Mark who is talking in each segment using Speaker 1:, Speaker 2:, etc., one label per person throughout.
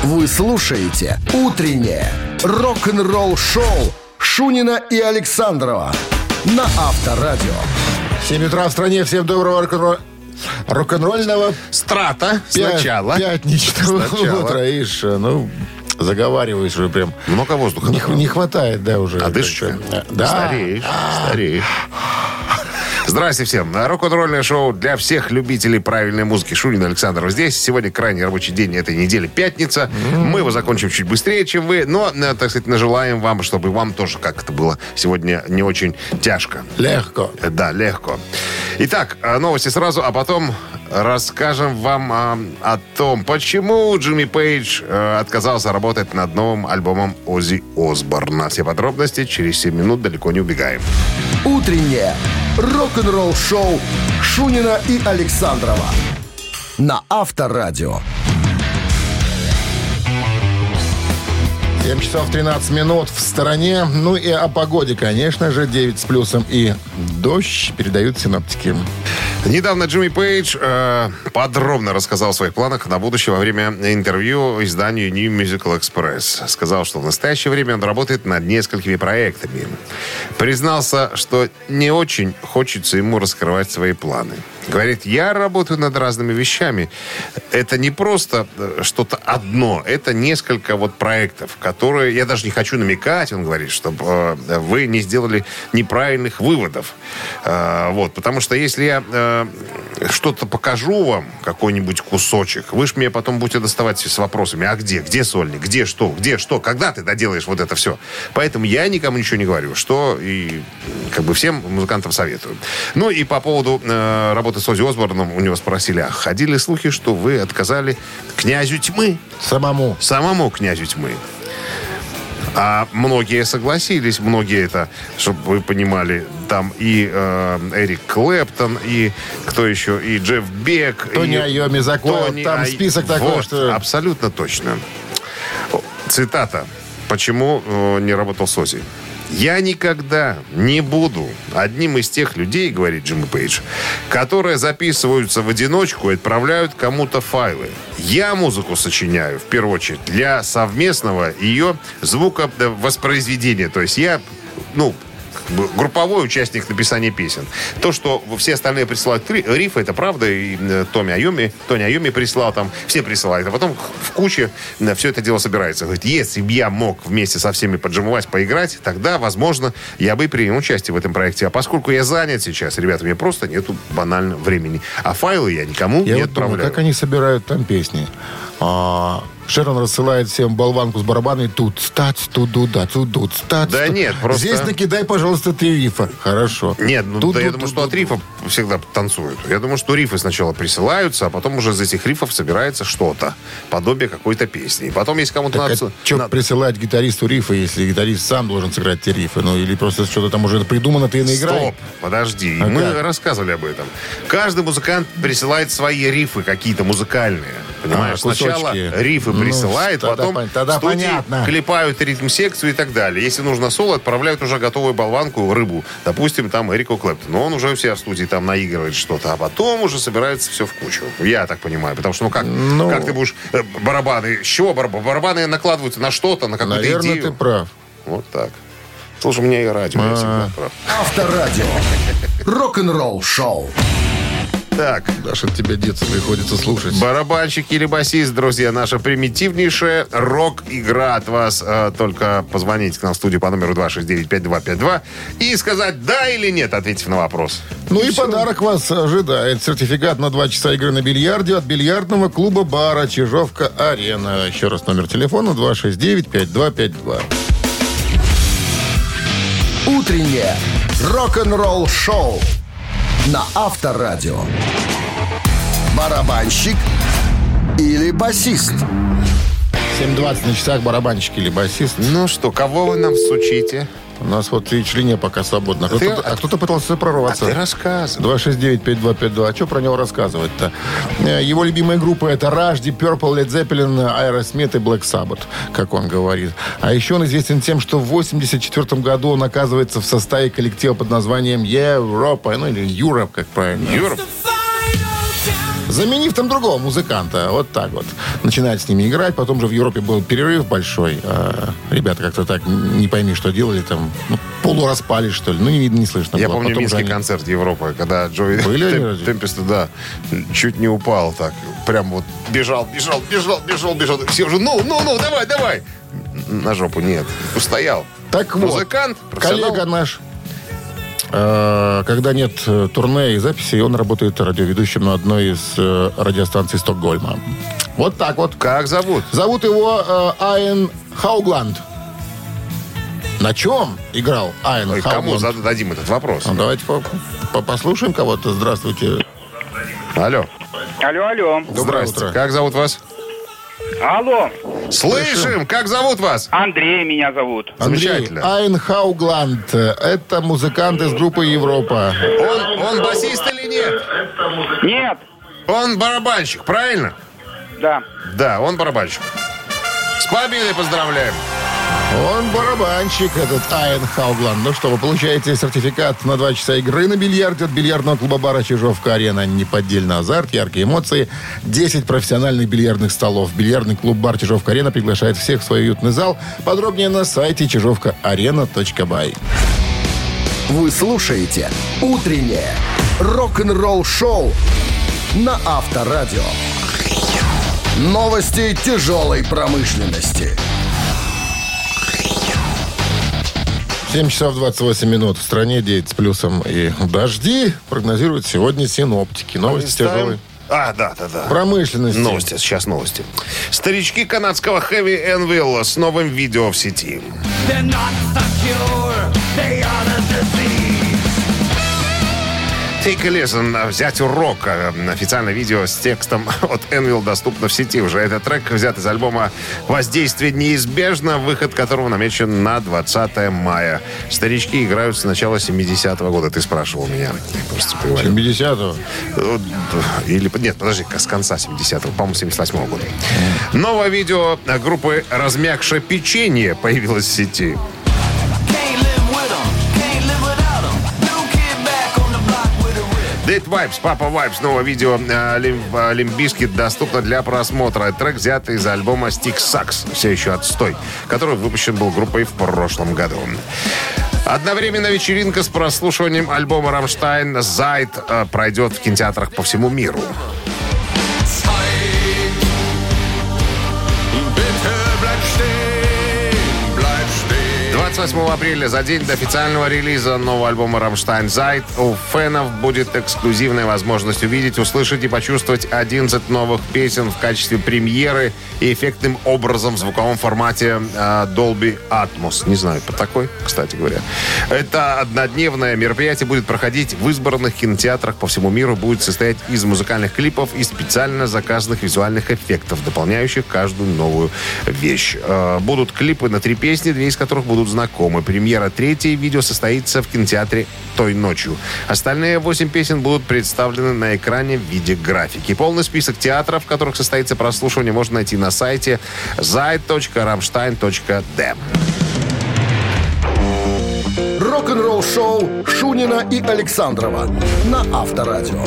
Speaker 1: Вы слушаете «Утреннее рок-н-ролл-шоу» Шунина и Александрова на Авторадио.
Speaker 2: 7 утра в стране. Всем доброго рок-н-ролльного
Speaker 3: Страта сначала.
Speaker 2: Пятничного утра. Ишь, заговариваешь уже прям.
Speaker 3: Много воздуха.
Speaker 2: Не хватает, да, уже.
Speaker 3: Одышка?
Speaker 2: Да.
Speaker 3: Стареешь. Здрасте всем. Рок-н-ролльное шоу для всех любителей правильной музыки. Шунин Александров здесь. Сегодня крайний рабочий день этой недели, пятница. Мы его закончим чуть быстрее, чем вы. Но, так сказать, нажелаем вам, чтобы вам тоже как-то было сегодня не очень тяжко.
Speaker 2: Легко.
Speaker 3: Да, легко. Итак, новости сразу, а потом расскажем вам о том, почему Джимми Пейдж отказался работать над новым альбомом Оззи Осборна. Все подробности через 7 минут, далеко не убегаем.
Speaker 1: Утреннее рок-н-ролл-шоу Шунина и Александрова на Авторадио.
Speaker 2: 7 часов 13 минут в стороне. Ну и о погоде, конечно же. 9 с плюсом и дождь передают синоптики.
Speaker 3: Недавно Джимми Пейдж подробно рассказал о своих планах на будущее во время интервью изданию New Musical Express. Сказал, что в настоящее время он работает над несколькими проектами. Признался, что не очень хочется ему раскрывать свои планы. Говорит, я работаю над разными вещами. Это не просто что-то одно. Это несколько проектов, которые... Я даже не хочу намекать, он говорит, чтобы вы не сделали неправильных выводов. Потому что если я что-то покажу вам, какой-нибудь кусочек, вы же мне потом будете доставать с вопросами, а где? Где сольник? Где что? Когда ты доделаешь вот это все? Поэтому я никому ничего не говорю, что и всем музыкантам советую. Ну и по поводу работы с Оззи Осборном у него спросили, ходили слухи, что вы отказали князю тьмы? Самому князю тьмы. А многие согласились, это, чтобы вы понимали, там и Эрик Клэптон, и кто еще, и Джефф Бек,
Speaker 2: Тони Айоми, там список такой, что...
Speaker 3: Абсолютно точно. Цитата. Почему не работал с Оззи? «Я никогда не буду одним из тех людей, — говорит Джимми Пейдж, — которые записываются в одиночку и отправляют кому-то файлы. Я музыку сочиняю, в первую очередь, для совместного ее звуковоспроизведения. То есть я, групповой участник написания песен. То, что все остальные присылают рифы, это правда. И Тони Айоми прислал, там все присылают. А потом в куче все это дело собирается. Говорит, если бы я мог вместе со всеми поджимать, поиграть, тогда, возможно, я бы принял участие в этом проекте. А поскольку я занят сейчас, ребята, мне просто нету банально времени. А файлы я никому не отправляю.
Speaker 2: Думаю, как они собирают там песни? Шерон рассылает всем болванку с барабанами. Тут стать, туда, тут стать.
Speaker 3: Да нет, просто...
Speaker 2: Здесь накидай, пожалуйста, 3 рифа. Хорошо.
Speaker 3: Нет, я думаю, что от рифов всегда танцуют. Я думаю, что рифы сначала присылаются, а потом уже из этих рифов собирается что-то. Подобие какой-то песни. И потом, если кому-то надо...
Speaker 2: Что присылать гитаристу рифы, если гитарист сам должен сыграть те рифы? Или просто что-то там уже придумано, ты и наиграй?
Speaker 3: Стоп, подожди. Мы рассказывали об этом. Каждый музыкант присылает свои рифы какие-то музыкальные. Понимаешь? Сначала рифы присылает, потом
Speaker 2: тогда
Speaker 3: в студии
Speaker 2: понятно.
Speaker 3: клепают ритм-секцию и так далее. Если нужно соло, отправляют уже готовую болванку, рыбу. Допустим, там Эрику Клэптону. Он уже все в студии там наигрывает что-то, а потом уже собирается все в кучу. Я так понимаю. Потому что, как ты будешь барабаны? С чего барабаны накладываются на что-то, на какую-то идею?
Speaker 2: Наверное, ты прав.
Speaker 3: Вот так. Слушай, у меня и радио, я всегда прав.
Speaker 1: Авторадио. Рок-н-ролл шоу.
Speaker 3: Так.
Speaker 2: Даша, тебе деться приходится слушать.
Speaker 3: Барабанщик или басист, друзья, наша примитивнейшая рок-игра от вас. Только позвоните к нам в студию по номеру 269-5252 и сказать «да» или «нет», ответив на вопрос.
Speaker 2: И подарок вас ожидает. Сертификат на 2 часа игры на бильярде от бильярдного клуба-бара «Чижовка-Арена». Еще раз номер телефона 269-5252.
Speaker 1: Утреннее рок-н-ролл шоу на Авторадио. Барабанщик или басист?
Speaker 2: 7:20 на часах, барабанщик или басист.
Speaker 3: Ну что, кого вы нам сучите?
Speaker 2: У нас линия пока свободна. Кто-то пытался прорваться.
Speaker 3: А ты рассказывай.
Speaker 2: 269-5252. А что про него рассказывать-то? Его любимые группы — это Rush, Deep Purple, Led Zeppelin, Aerosmith и Black Sabbath, как он говорит. А еще он известен тем, что в 1984 году он оказывается в составе коллектива под названием Европа, или Europe, как правильно.
Speaker 3: Europe.
Speaker 2: заменив там другого музыканта. Вот так вот. Начинает с ними играть. Потом же в Европе был перерыв большой. Ребята как-то так, не пойми, что делали там. Полураспались, что ли. Не видно, не слышно.
Speaker 3: Я
Speaker 2: было.
Speaker 3: помню
Speaker 2: Потом
Speaker 3: минский концерт Европы, когда Джои Темпест, да, чуть не упал так. Прям вот бежал. Все уже, давай. На жопу нет. Устоял.
Speaker 2: Так
Speaker 3: музыкант,
Speaker 2: вот, коллега наш, когда нет турне и записей, он работает радиоведущим на одной из радиостанций Стокгольма. Вот так вот.
Speaker 3: Как зовут?
Speaker 2: Зовут его Айен Хаугланд. На чем играл Айен Хаугланд?
Speaker 3: Кому зададим этот вопрос?
Speaker 2: Давайте послушаем кого-то. Здравствуйте.
Speaker 3: Алло.
Speaker 4: Алло.
Speaker 3: Здравствуйте. Как зовут вас?
Speaker 4: Алло.
Speaker 3: Слышим. Как зовут вас?
Speaker 4: Андрей меня зовут.
Speaker 3: Замечательно.
Speaker 2: Айен Хаугланд. Это музыкант из группы Европа.
Speaker 3: Он басист или нет?
Speaker 4: Нет.
Speaker 3: Он барабанщик, правильно?
Speaker 4: Да.
Speaker 3: Да, он барабанщик. С победой поздравляем.
Speaker 2: Он барабанщик, этот Айен Хаугланд. Ну что, вы получаете сертификат на 2 часа игры на бильярде от бильярдного клуба-бара «Чижовка-арена». Неподдельный азарт, яркие эмоции, 10 профессиональных бильярдных столов. Бильярдный клуб-бар «Чижовка-арена» приглашает всех в свой уютный зал. Подробнее на сайте чижовкаарена.бай.
Speaker 1: Вы слушаете «Утреннее рок-н-ролл-шоу» на Авторадио. Новости тяжелой промышленности.
Speaker 2: 7 часов 28 минут. В стране 9 с плюсом и дожди прогнозируют сегодня синоптики. Новости тяжелой
Speaker 3: да.
Speaker 2: промышленности.
Speaker 3: Новости, сейчас новости. Старички канадского Heavy Anvil с новым видео в сети. Take a listen, взять урок. Официальное видео с текстом от Anvil доступно в сети уже. Этот трек взят из альбома «Воздействие неизбежно», выход которого намечен на 20 мая. Старички играют с начала 70-го года. Ты спрашивал меня.
Speaker 2: 70-го?
Speaker 3: Нет, подожди, с конца 70-го, по-моему, 78-го года. Новое видео группы «Размягшее печенье» появилось в сети. Dead Vibes, Papa Vibes, новое видео Limp Bizkit доступно для просмотра. Трек взят из альбома Stick Sucks, все еще отстой, который выпущен был группой в прошлом году. Одновременно вечеринка с прослушиванием альбома «Рамштайн» «Zeit» пройдет в кинотеатрах по всему миру. 28 апреля, за день до официального релиза нового альбома «Рамштайн» «Zeit», у фенов будет эксклюзивная возможность увидеть, услышать и почувствовать 11 новых песен в качестве премьеры и эффектным образом в звуковом формате Dolby Atmos. Не знаю, по такой, кстати говоря. Это однодневное мероприятие будет проходить в избранных кинотеатрах по всему миру. Будет состоять из музыкальных клипов и специально заказанных визуальных эффектов, дополняющих каждую новую вещь. Будут клипы на 3 песни, 2 из которых будут знакомы. Премьера 3-й видео состоится в кинотеатре той ночью. Остальные 8 песен будут представлены на экране в виде графики. Полный список театров, в которых состоится прослушивание, можно найти на сайте zeit.ramstein.de.
Speaker 1: Рок-н-ролл-шоу Шунина и Александрова на Авторадио.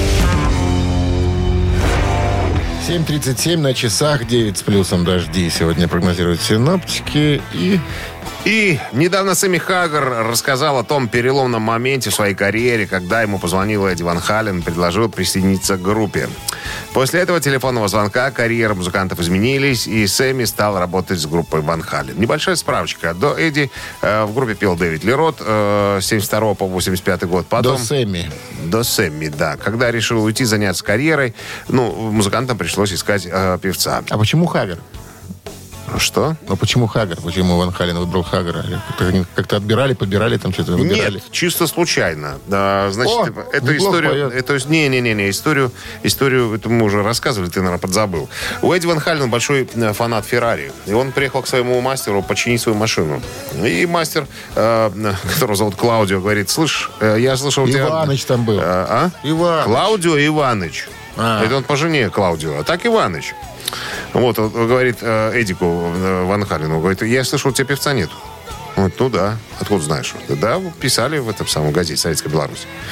Speaker 2: 7:37 на часах, 9 с плюсом дожди. Сегодня прогнозируют синоптики.
Speaker 3: И недавно Сэмми Хаггар рассказал о том переломном моменте в своей карьере, когда ему позвонил Эдди Ван Хален и предложил присоединиться к группе. После этого телефонного звонка карьера музыкантов изменились, и Сэмми стал работать с группой Ван Хален. Небольшая справочка. До Эдди в группе пел Дэвид Ли Рот с 72 по 85 год. Потом, До Сэмми, да. Когда решил уйти, заняться карьерой, музыкантам пришлось искать певца.
Speaker 2: А почему Хаггар?
Speaker 3: Что?
Speaker 2: Ну почему Хаггар? Почему Ван Хален выбрал Хаггара? Как-то отбирали, подбирали, там что-то выбирали?
Speaker 3: Нет, чисто случайно. Значит, эту историю... Историю эту мы уже рассказывали, ты, наверное, подзабыл. У Эдди Ван Халена большой фанат Феррари. И он приехал к своему мастеру починить свою машину. И мастер, которого зовут Клаудио, говорит: слышь, я слышал, у тебя...
Speaker 2: Иваныч там был.
Speaker 3: Иваныч. Клаудио Иваныч. Это он по жене Клаудио. А так Иваныч. Вот, он говорит Эдику Ван Халену, говорит: я слышал, у тебя певца нет. Он говорит: ну да. Откуда знаешь? Да, писали в этом самом газете «Советская Беларусь».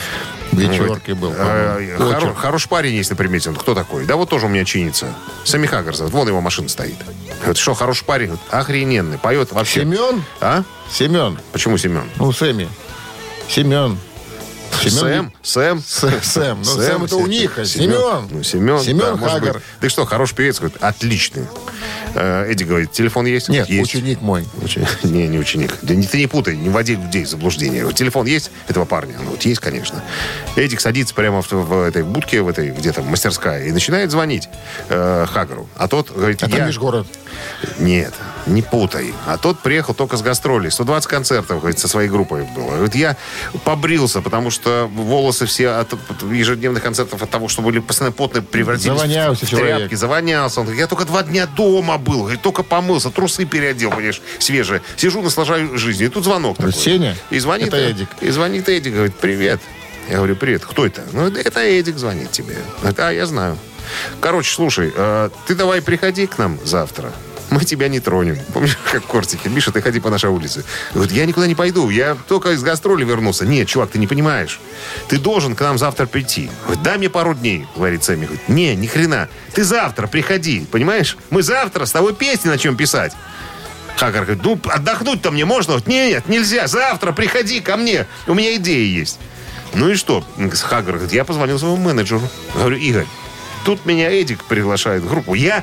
Speaker 2: Вечерки был.
Speaker 3: Хороший парень, если приметен. Кто такой? Да вот тоже у меня чинится. Сэмми Хаггар зовут. Вон его машина стоит. Вот что, хороший парень? Вот, охрененный. Поет вообще.
Speaker 2: Семен?
Speaker 3: А?
Speaker 2: Семен.
Speaker 3: Почему Семен?
Speaker 2: Ну, Сэмми. Семен.
Speaker 3: Сэм?
Speaker 2: Сэм. Ну, Сэм это у них, а Семен.
Speaker 3: Ну, Семен.
Speaker 2: Семен
Speaker 3: да,
Speaker 2: Хаггар.
Speaker 3: Ты что, хороший певец? Говорит, отличный. Эдди говорит, телефон есть?
Speaker 2: Нет,
Speaker 3: есть.
Speaker 2: ученик мой.
Speaker 3: Не ученик. Да ты не путай, не вводи людей в заблуждение. Вот телефон есть этого парня? Ну, вот есть, конечно. Эдик садится прямо в этой будке, в этой где-то мастерская, и начинает звонить Хаггару. А тот говорит,
Speaker 2: там межгород.
Speaker 3: Нет, не путай. А тот приехал только с гастролей. 120 концертов, говорит, со своей группой было. Говорит, я побрился, потому что волосы все от ежедневных концертов, от того, что были постоянно потные, превратились в тряпки. Завонялся. Он говорит, я только 2 дня дома был. Говорит, только помылся, трусы переодел, понимаешь, свежие. Сижу, наслаждаюсь жизнью. И тут звонок такой.
Speaker 2: Сеня?
Speaker 3: И звонит,
Speaker 2: это Эдик.
Speaker 3: И звонит Эдик, говорит, привет. Я говорю, привет. Кто это? Ну, это Эдик звонит тебе. Да, я знаю. Короче, слушай, ты давай приходи к нам завтра. Мы тебя не тронем. Помнишь, как кортики? Миша, ты ходи по нашей улице. Говорит, я никуда не пойду. Я только из гастроли вернулся. Нет, чувак, ты не понимаешь. Ты должен к нам завтра прийти. Говорит, дай мне пару дней, говорит Сэмми. Говорит, не, ни хрена. Ты завтра приходи, понимаешь? Мы завтра с тобой песни начнем писать. Хаггар говорит, ну, отдохнуть-то мне можно? Говорит, нет, нельзя. Завтра приходи ко мне. У меня идеи есть. Ну и что? Хаггар говорит, я позвонил своему менеджеру. Говорю, Игорь, тут меня Эдик приглашает в группу. Я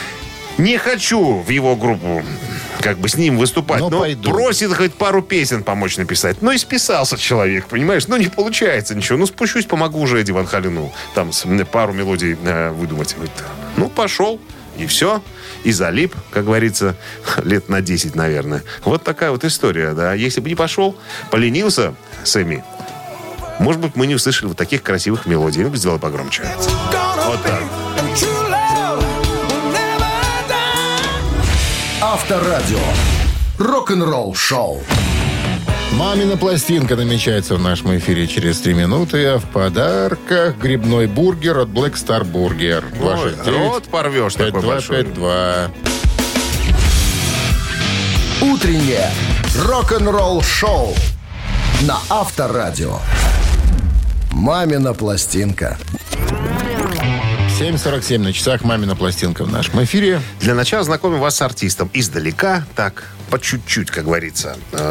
Speaker 3: не хочу в его группу как бы с ним выступать, но просит хоть пару песен помочь написать. Ну и списался человек, понимаешь? Ну не получается ничего. Ну спущусь, помогу уже Эдди Ван Халену там пару мелодий выдумать. Ну пошел, и все. И залип, как говорится, лет на 10, наверное. Вот такая вот история, да. Если бы не пошел, поленился Сэмми, может быть, мы не услышали вот таких красивых мелодий. Ну, сделай погромче. Вот так.
Speaker 1: Авторадио. Рок-н-ролл шоу.
Speaker 2: «Мамина пластинка» намечается в нашем эфире через 3 минуты. А в подарках грибной бургер от Black Star Burger.
Speaker 3: Рот порвешь такой большой.
Speaker 2: 5252.
Speaker 1: Утреннее рок-н-ролл шоу на Авторадио. «Мамина пластинка».
Speaker 2: 7:47 на часах. «Мамина пластинка» в нашем эфире.
Speaker 3: Для начала знакомим вас с артистом. Издалека, так, по чуть-чуть, как говорится.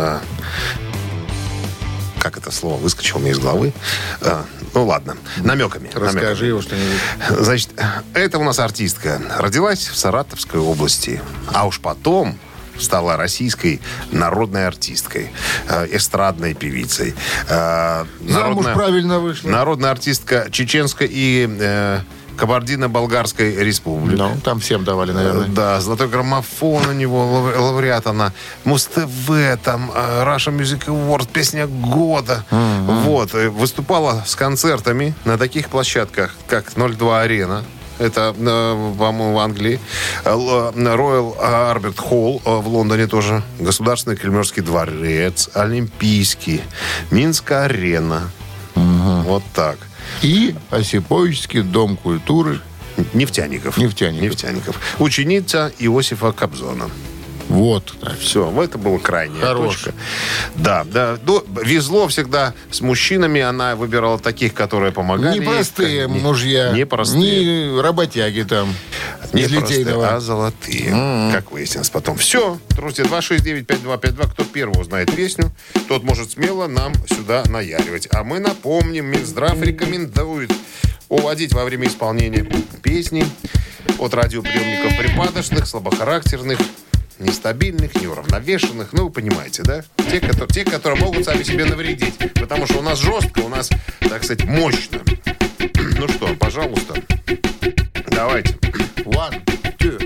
Speaker 3: Как это слово выскочило мне из головы? Ну ладно, намеками.
Speaker 2: Расскажи его что-нибудь.
Speaker 3: Значит, это у нас артистка. Родилась в Саратовской области. А уж потом стала российской народной артисткой, эстрадной певицей.
Speaker 2: Замуж правильно вышла.
Speaker 3: Народная артистка Чеченской и Кабардино-Болгарской республики.
Speaker 2: Ну, там всем давали, наверное.
Speaker 3: Да, золотой граммофон у него, лауреат она. Муз-ТВ, там, Russian Music Awards, песня года. Вот, выступала с концертами на таких площадках, как 02 Арена. Это, по-моему, в Англии. Royal Albert Hall в Лондоне тоже. Государственный Кремлевский дворец. Олимпийский. Минская арена. Вот так.
Speaker 2: И Осиповический дом культуры.
Speaker 3: Нефтяников. Ученица Иосифа Кобзона.
Speaker 2: Вот. Так.
Speaker 3: Все, это было крайняя
Speaker 2: точка.
Speaker 3: Да. Ну, везло всегда с мужчинами. Она выбирала таких, которые помогали.
Speaker 2: Непростые мужья.
Speaker 3: Непростые.
Speaker 2: Не работяги там.
Speaker 3: Не простые, а золотые. Как выяснилось потом. Все, друзья, 269-5252. Кто первый узнает песню, тот может смело нам сюда наяривать. А мы напомним, Минздрав рекомендует уводить во время исполнения песни от радиоприемников припадочных, слабохарактерных, нестабильных, неуравновешенных. Ну, вы понимаете, да? Те, которые могут сами себе навредить. Потому что у нас жестко, у нас, так сказать, мощно. Ну что, пожалуйста, давайте.
Speaker 2: One, two.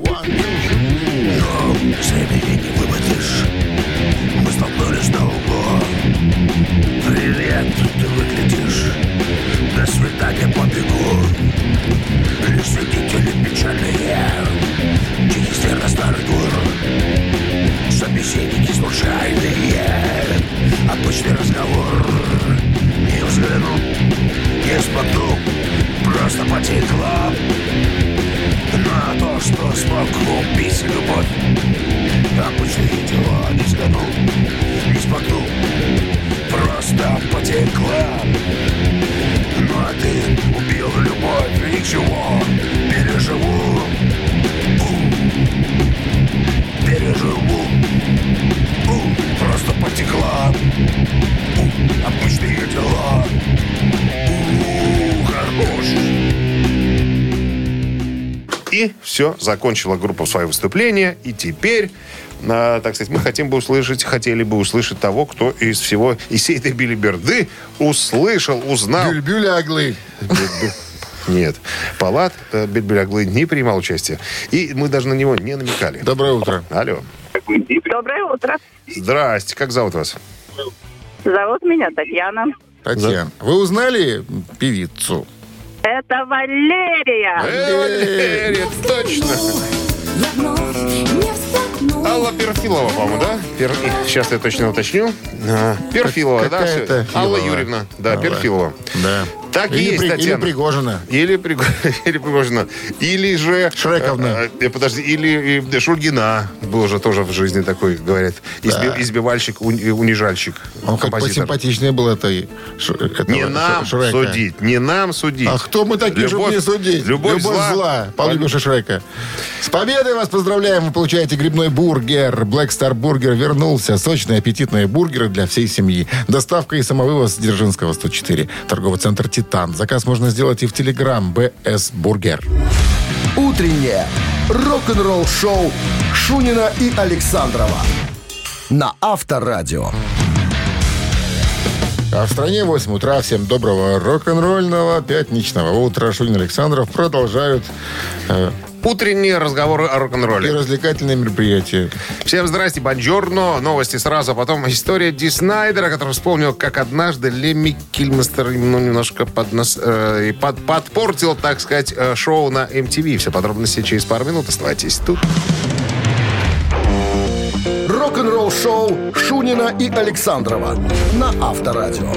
Speaker 5: Забери, не выводишь. Мы столкнулись на углу. Привет, ты выглядишь. До свидания, побегу. Лишь свидетели печальные. Тихий стер на старый двор. Собеседники случайные. Обычный разговор. Не взглянул, не смотрю. Просто потекла на то, что смог убить любовь. Обычные дела не взглянул, не смотрю. Просто потекла
Speaker 3: Все, закончила группа свое выступление, и теперь, так сказать, мы хотели бы услышать того, кто из всей этой билиберды узнал.
Speaker 2: Бюль-бюль-аглы.
Speaker 3: Нет. Палат Бельбеляглы не принимал участие. И мы даже на него не намекали.
Speaker 2: Доброе утро.
Speaker 3: Алло.
Speaker 6: Доброе утро.
Speaker 3: Здрасте. Как зовут вас?
Speaker 6: Зовут меня Татьяна.
Speaker 2: Татьяна, вы узнали певицу?
Speaker 6: Это Валерия.
Speaker 3: Валерия, точно. Алла Перфилова, по-моему, да? Сейчас я точно уточню. Перфилова, да?
Speaker 2: Какая-то
Speaker 3: Алла
Speaker 2: Филова.
Speaker 3: Юрьевна. Да, Перфилова.
Speaker 2: Да.
Speaker 3: Так и есть,
Speaker 2: Или
Speaker 3: Татьяна.
Speaker 2: Пригожина.
Speaker 3: Или Пригожина. Или же...
Speaker 2: Шрековна.
Speaker 3: Или Шульгина. Был же тоже в жизни такой, говорят, избивальщик, унижальщик.
Speaker 2: Он как
Speaker 3: композитор.
Speaker 2: посимпатичнее был
Speaker 3: Не нам судить. Не нам судить.
Speaker 2: А кто мы такие, чтобы не судить?
Speaker 3: Любовь зла.
Speaker 2: Полюбишь Шрека. С победой вас поздравляем. Вы получаете грибной бургер. Black Star Burger вернулся. Сочные, аппетитные бургеры для всей семьи. Доставка и самовывоз Дзержинского, 104. Торговый центр «Титан». Заказ можно сделать и в Телеграм. БС Бургер.
Speaker 1: Утреннее рок-н-ролл-шоу Шунина и Александрова на Авторадио.
Speaker 2: А в стране 8 утра. Всем доброго рок-н-ролльного пятничного утра. Шунин и Александров продолжают
Speaker 3: Утренние разговоры о
Speaker 2: и
Speaker 3: рок-н-ролле.
Speaker 2: развлекательные мероприятия.
Speaker 3: Всем здрасте, бонжорно. Новости сразу, а потом история Ди Снайдера, который вспомнил, как однажды Лемми Килмистер ему немножко подпортил, так сказать, шоу на MTV. Все подробности через пару минут. Оставайтесь тут.
Speaker 1: Рок-н-ролл-шоу Шунина и Александрова на Авторадио.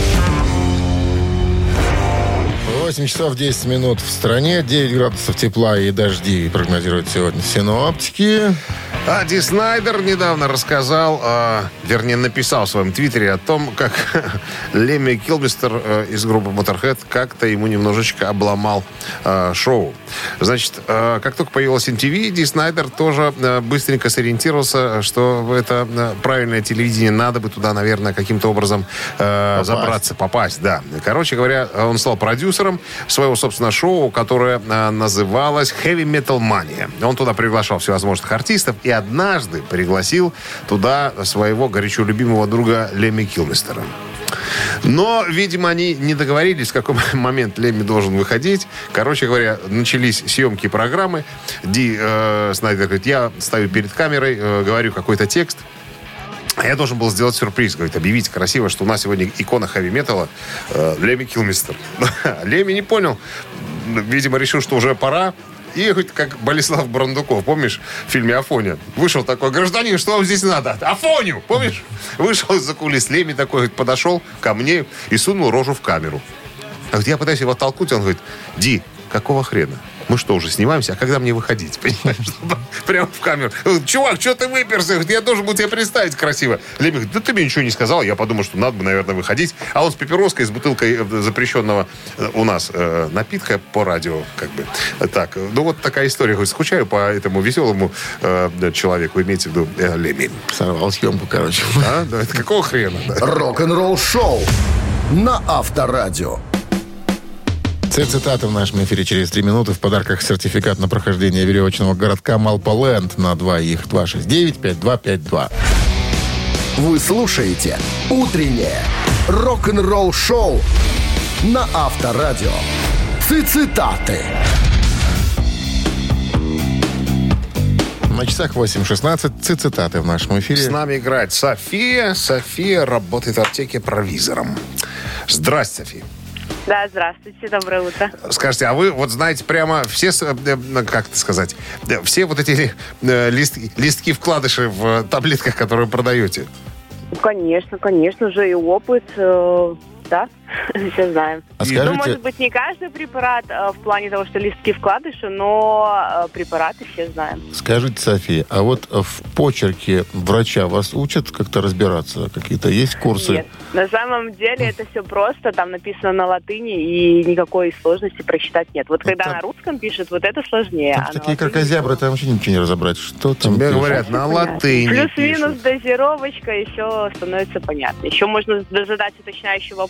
Speaker 2: 8 часов 10 минут в стране, 9 градусов тепла и дожди прогнозируют сегодня синоптики.
Speaker 3: А Ди Снайдер недавно рассказал, написал в своем твиттере о том, как Лемми Килмистер из группы Motorhead как-то ему немножечко обломал шоу. Значит, как только появилась MTV, Ди Снайдер тоже быстренько сориентировался, что это правильное телевидение, надо бы туда, наверное, каким-то образом попасть. Да. Короче говоря, он стал продюсером своего собственного шоу, которое называлось Heavy Metal Mania. Он туда приглашал всевозможных артистов и однажды пригласил туда своего горячо любимого друга Лемми Килмистера. Но, видимо, они не договорились, в какой момент Лемми должен выходить. Короче говоря, начались съемки программы. Ди Снайдер говорит, я стою перед камерой, говорю какой-то текст. Я должен был сделать сюрприз, говорит, объявить красиво, что у нас сегодня икона хэви-металла Лемми Килмистер. Лемми не понял. Видимо, решил, что уже пора. И хоть как Болеслав Брандуков, помнишь, в фильме «Афоня». Вышел такой, гражданин, что вам здесь надо? Афоню, помнишь? Вышел из-за кулис. Лемми такой подошел ко мне и сунул рожу в камеру. Я пытаюсь его оттолкнуть, он говорит, Ди, какого хрена? Мы что, уже снимаемся? А когда мне выходить? Понимаешь? Прямо в камеру. Чувак, что ты выперся? Я должен был тебя представить красиво. Лемми говорит, да ты мне ничего не сказал. Я подумал, что надо бы, наверное, выходить. А он с папироской, с бутылкой запрещенного у нас напитка по радио. Как бы. Так, ну вот такая история. Говорит, скучаю по этому веселому человеку. Имейте в виду Лемми.
Speaker 2: Сорвал съемку, короче.
Speaker 3: А? Да, это какого хрена? Да?
Speaker 1: Рок-н-ролл-шоу на Авторадио.
Speaker 2: Цитаты в нашем эфире через 3 минуты. В подарках сертификат на прохождение веревочного городка Малполенд на 2 их 269-5252.
Speaker 1: Вы слушаете «Утреннее рок-н-ролл-шоу» на Авторадио. Цитаты.
Speaker 2: На часах 8:16. Цитаты в нашем эфире.
Speaker 3: С нами играет София. София работает в аптеке провизором. Здрасте, София.
Speaker 6: Да, здравствуйте, доброе утро.
Speaker 3: Скажите, а вы вот знаете прямо все, как это сказать, все вот эти листки вкладыши в таблетках, которые продаете?
Speaker 6: Конечно же, и опыт, да, все знаем.
Speaker 2: А скажите,
Speaker 6: может быть, не каждый препарат в плане того, что листки вкладыши, но препараты все знаем.
Speaker 2: скажите, София, а вот в почерке врача вас учат как-то разбираться? Какие-то есть курсы?
Speaker 6: Нет, на самом деле это все просто, там написано на латыни, и никакой сложности прочитать нет. Вот когда
Speaker 2: там
Speaker 6: на русском пишут, вот это сложнее.
Speaker 2: Там
Speaker 6: а на
Speaker 2: такие
Speaker 6: латыни
Speaker 2: кракозябры, там вообще ничего не разобрать. Что там
Speaker 3: Тебе
Speaker 2: пишут?
Speaker 3: говорят, на латыни
Speaker 6: Плюс-минус
Speaker 3: пишут.
Speaker 6: дозировочка, и все становится понятно. Еще можно задать уточняющий вопрос, для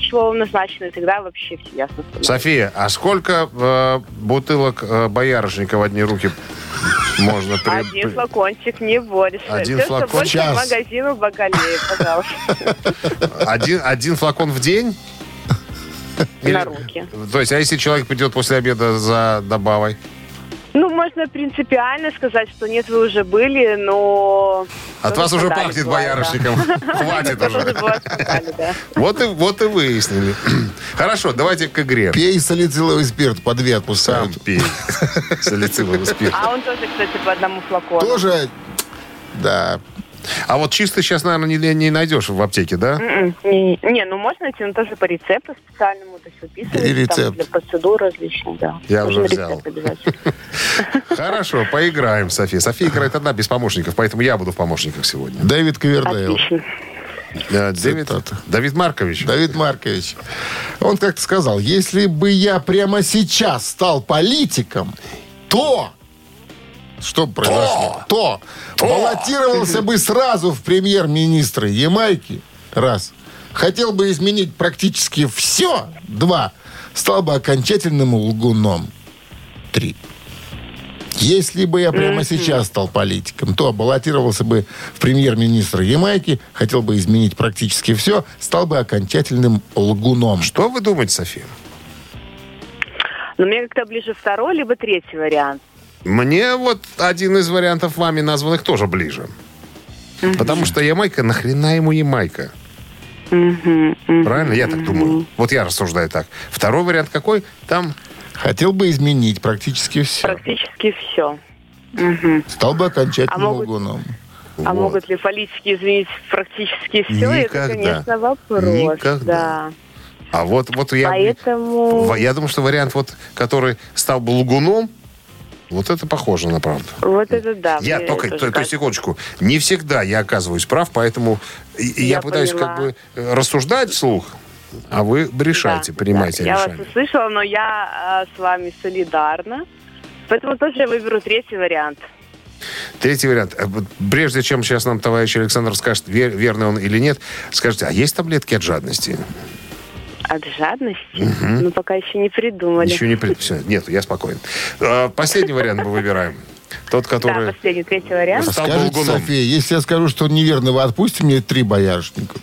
Speaker 6: ничего назначено, и тогда вообще все ясно становится.
Speaker 3: София, а сколько бутылок боярышника в одни руки можно
Speaker 6: Один флакончик, не больше.
Speaker 3: Один
Speaker 6: Все,
Speaker 3: флакон
Speaker 6: что больше
Speaker 2: час.
Speaker 6: к магазину Багалея, пожалуйста.
Speaker 3: Один флакон в день?
Speaker 6: На руки.
Speaker 3: То есть, а если человек придет после обеда за добавой?
Speaker 6: Ну, можно принципиально сказать, что нет, вы уже были, но...
Speaker 3: От вас уже пахнет
Speaker 6: бывает,
Speaker 3: боярышником. Хватит
Speaker 6: Тоже
Speaker 3: уже.
Speaker 6: бывает, сказали, да.
Speaker 3: Вот и выяснили. Хорошо, давайте к игре.
Speaker 2: Пей салициловый спирт, по 2
Speaker 3: Сам
Speaker 2: отпускают.
Speaker 3: пей. Салициловый спирт.
Speaker 6: А он тоже, кстати, по одному флакону.
Speaker 2: Тоже, да.
Speaker 3: А вот чистый сейчас, наверное, не найдешь в аптеке, да?
Speaker 6: Не, ну можно найти, но тоже по рецепту специальному, то есть выписывается
Speaker 2: И рецепт.
Speaker 6: там для процедур различных, да.
Speaker 3: Я
Speaker 6: Нужен
Speaker 3: уже взял.
Speaker 6: рецепт обязательно.
Speaker 3: Хорошо, поиграем, София. София играет одна, без помощников, поэтому я буду в помощниках сегодня.
Speaker 2: Дэвид Ковердейл.
Speaker 6: Отлично.
Speaker 3: Давид Маркович.
Speaker 2: Давид Маркович. Он как-то сказал, если бы я прямо сейчас стал политиком, то... Что бы произошло? То баллотировался бы сразу в премьер-министры Ямайки. Раз. Хотел бы изменить практически все. 2. Стал бы окончательным лгуном. 3. Если бы я прямо сейчас стал политиком, то баллотировался бы в премьер-министры Ямайки, хотел бы изменить практически все, стал бы окончательным лгуном.
Speaker 3: Что вы думаете, София?
Speaker 6: Но мне как-то ближе второй, либо третий вариант.
Speaker 3: Мне вот один из вариантов вами названных тоже ближе. Потому что Ямайка, нахрена ему Ямайка? Правильно? Я так думаю. Вот я рассуждаю так. Второй вариант какой? Там...
Speaker 2: Хотел бы изменить практически все.
Speaker 6: Практически все.
Speaker 2: Стал бы окончательным
Speaker 6: А могут-
Speaker 2: лгуном.
Speaker 6: А
Speaker 3: Вот.
Speaker 6: могут ли политики изменить практически все? Это,
Speaker 3: Никогда.
Speaker 6: конечно, вопрос.
Speaker 3: Никогда.
Speaker 6: Да.
Speaker 3: А вот я...
Speaker 6: Поэтому...
Speaker 3: Я думаю, что вариант, вот, который стал бы лгуном, вот это похоже на правду.
Speaker 6: Вот это да.
Speaker 3: Я
Speaker 6: мне
Speaker 3: только
Speaker 6: тоже кажется.
Speaker 3: секундочку. Не всегда я оказываюсь прав, поэтому я пытаюсь
Speaker 6: поняла.
Speaker 3: как бы рассуждать вслух, а вы решайте,
Speaker 6: Да,
Speaker 3: принимайте
Speaker 6: да. Я
Speaker 3: решение.
Speaker 6: вас услышала, но я с вами солидарна. Поэтому тоже я выберу третий вариант.
Speaker 3: Третий вариант. Вот прежде чем сейчас нам товарищ Александр скажет, верный он или нет, скажите, а есть таблетки от жадности?
Speaker 6: От жадности? Ну, пока еще не придумали.
Speaker 3: Еще не Все, нет, я спокоен. Последний вариант мы выбираем. Тот,
Speaker 6: Да,
Speaker 3: который...
Speaker 6: последний, третий вариант.
Speaker 3: Стал бы
Speaker 2: Скажите,
Speaker 3: лгуном.
Speaker 2: София, если я скажу, что он неверный, вы отпустите мне 3 боярышника?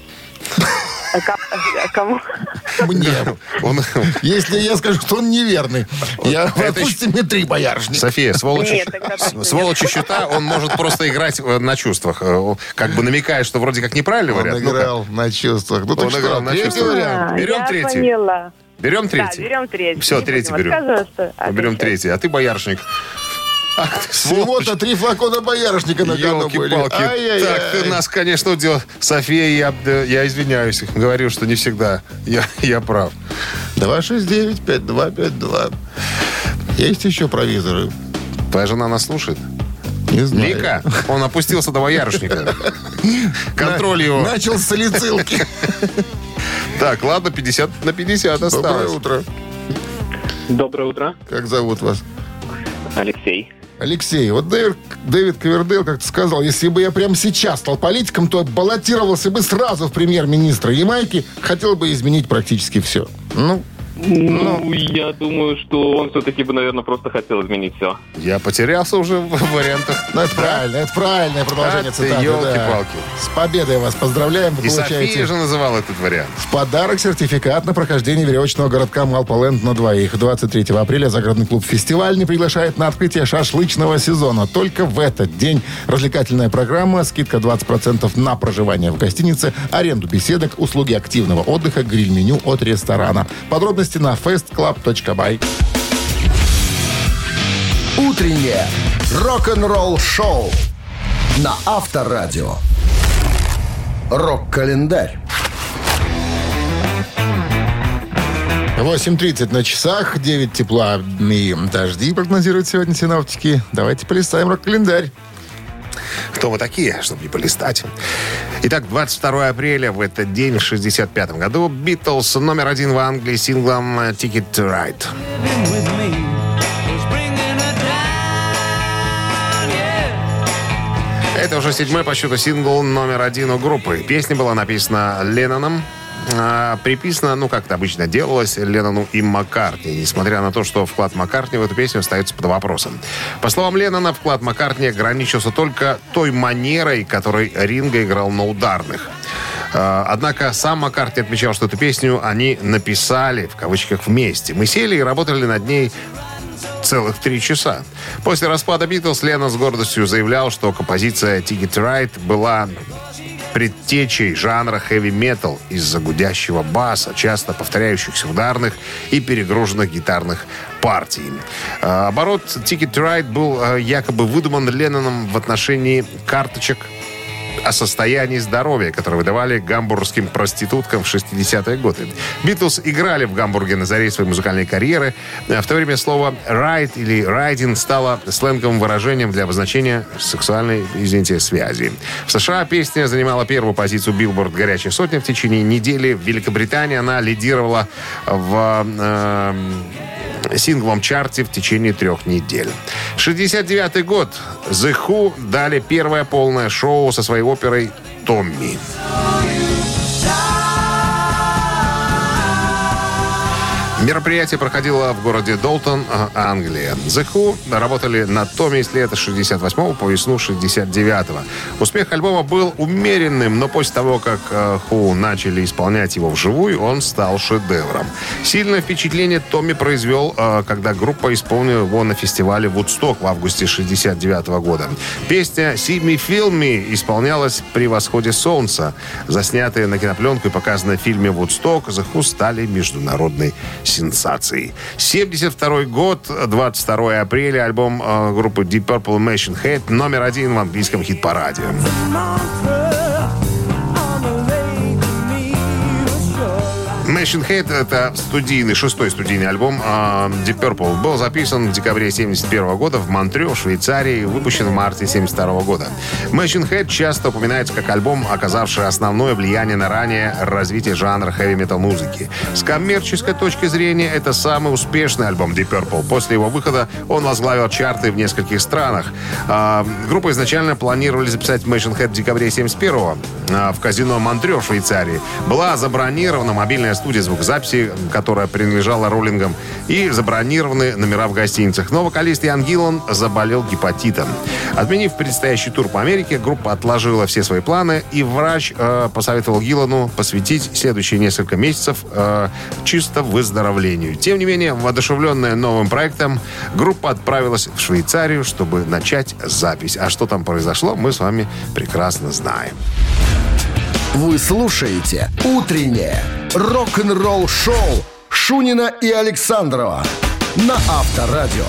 Speaker 6: Кому?
Speaker 2: Мне.
Speaker 3: Он-
Speaker 2: Если я скажу, что он неверный, вы отпустите мне 3 боярышника.
Speaker 3: София, сволочи,
Speaker 6: Нет, тогда точно нет.
Speaker 3: сволочи счета, он может просто играть на чувствах. Как бы намекая, что вроде как неправильный
Speaker 2: Он
Speaker 3: вариант. Ну-ка.
Speaker 2: играл на чувствах. Ну, так
Speaker 3: Он играл
Speaker 2: что,
Speaker 3: на
Speaker 2: третий
Speaker 3: чувствах.
Speaker 2: вариант.
Speaker 3: Берем
Speaker 6: я
Speaker 3: третий.
Speaker 6: поняла.
Speaker 3: Берем
Speaker 6: Да,
Speaker 3: третий.
Speaker 6: берем третий.
Speaker 3: Все,
Speaker 6: Не
Speaker 3: третий
Speaker 6: будем
Speaker 3: берем.
Speaker 6: отказываться.
Speaker 3: Берем
Speaker 6: Отлично.
Speaker 3: третий. А ты боярышник. Ах ты, сволочь.
Speaker 2: Всего-то 3 флакона боярышника на кону были.
Speaker 3: Елки-палки.
Speaker 2: Ай-яй-яй.
Speaker 3: Так, ты нас, конечно, удел. София, я извиняюсь. Говорю, что не всегда. Я прав.
Speaker 2: 269-5252. Есть еще провизоры?
Speaker 3: Твоя жена нас слушает?
Speaker 2: Не знаю.
Speaker 3: Вика, он опустился до боярышника. Контроль его.
Speaker 2: Начал с салицилки.
Speaker 3: Так, ладно, 50 на 50
Speaker 2: Доброе
Speaker 3: осталось.
Speaker 2: утро.
Speaker 7: Доброе утро,
Speaker 2: Как зовут вас?
Speaker 7: Алексей.
Speaker 2: Алексей, вот Дэвид Ковердейл как-то сказал, если бы я прямо сейчас стал политиком, то баллотировался бы сразу в премьер-министра Ямайки, хотел бы изменить практически все.
Speaker 7: Ну, я думаю, что он все-таки бы, наверное, просто хотел изменить все.
Speaker 3: Я потерялся уже в вариантах.
Speaker 2: Ну, это правильное продолжение
Speaker 3: А ты,
Speaker 2: цитаты.
Speaker 3: елки-палки.
Speaker 2: С победой вас поздравляем. Вы
Speaker 3: И София
Speaker 2: получаете
Speaker 3: же называла этот вариант.
Speaker 2: в подарок сертификат на прохождение веревочного городка Малполенд на двоих. 23 апреля загородный клуб «Фестиваль» не приглашает на открытие шашлычного сезона. Только в этот день развлекательная программа, скидка 20% на проживание в гостинице, аренду беседок, услуги активного отдыха, гриль-меню от ресторана. Подробности на festclub.by.
Speaker 1: Утреннее рок-н-ролл-шоу на Авторадио. Рок-календарь.
Speaker 2: 8:30 на часах, 9 тепла и дожди прогнозируют сегодня синоптики. Давайте полистаем рок-календарь.
Speaker 3: Кто вы такие, чтобы не полистать? Итак, 22 апреля в этот день, в 1965 году, Битлз номер 1 в Англии синглом «Ticket to Ride». Это уже 7-й по счету сингл номер 1 у группы. Песня была написана Ленноном, приписана, как это обычно делалось, Леннону и Маккартни, несмотря на то, что вклад Маккартни в эту песню остается под вопросом. По словам Леннона, вклад Маккартни ограничился только той манерой, которой Ринго играл на ударных. Однако сам Маккартни отмечал, что эту песню они написали, в кавычках, вместе. Мы сели и работали над ней целых 3 часа. После распада Битлз Леннон с гордостью заявлял, что композиция «Ticket to Ride» была предтечей жанра хэви-метал из-за гудящего баса, часто повторяющихся ударных и перегруженных гитарных партий. Оборот «Ticket to Ride» был якобы выдуман Ленноном в отношении карточек о состоянии здоровья, которые выдавали гамбургским проституткам в 60-е годы. Битлз играли в Гамбурге на заре своей музыкальной карьеры. В то время слово «ride» или «riding» стало сленговым выражением для обозначения сексуальной, связи. В США песня занимала первую позицию Billboard «Горячая сотня» в течение недели. В Великобритании она лидировала в синглом чарте в течение 3 недель. 69-й год. The Who дали первое полное шоу со своей оперой «Томми». Мероприятие проходило в городе Долтон, Англия. The Who работали над «Томми» с лета 68 по весну 69-го. Успех альбома был умеренным, но после того, как Who начали исполнять его вживую, он стал шедевром. Сильное впечатление «Томми» произвел, когда группа исполнила его на фестивале «Вудсток» в августе 69-го года. Песня «See Me, Feel Me» исполнялась при восходе солнца. Заснятые на кинопленку и показанные в фильме «Вудсток», The Who стали международной сенсацией. 72 год, 22 апреля, альбом группы Deep Purple Machine Head номер 1 в английском хит-параде. Machine Head — это шестой студийный альбом Deep Purple. Был записан в декабре 1971 года в Монтрео, Швейцарии, выпущен в марте 1972 года. Machine Head часто упоминается как альбом, оказавший основное влияние на раннее развитие жанра хэви-метал музыки. С коммерческой точки зрения, это самый успешный альбом Deep Purple. После его выхода он возглавил чарты в нескольких странах. Группа изначально планировали записать Machine Head в декабре 1971 в казино Монтрео, Швейцарии. Была забронирована мобильная студия звукозаписи, которая принадлежала роллингам, и забронированы номера в гостиницах. Но вокалист Ян Гиллан заболел гепатитом. Отменив предстоящий тур по Америке, группа отложила все свои планы, и врач посоветовал Гиллану посвятить следующие несколько месяцев чисто выздоровлению. Тем не менее, воодушевленная новым проектом, группа отправилась в Швейцарию, чтобы начать запись. А что там произошло, мы с вами прекрасно знаем.
Speaker 1: Вы слушаете «Утреннее рок-н-ролл-шоу» Шунина и Александрова на Авторадио.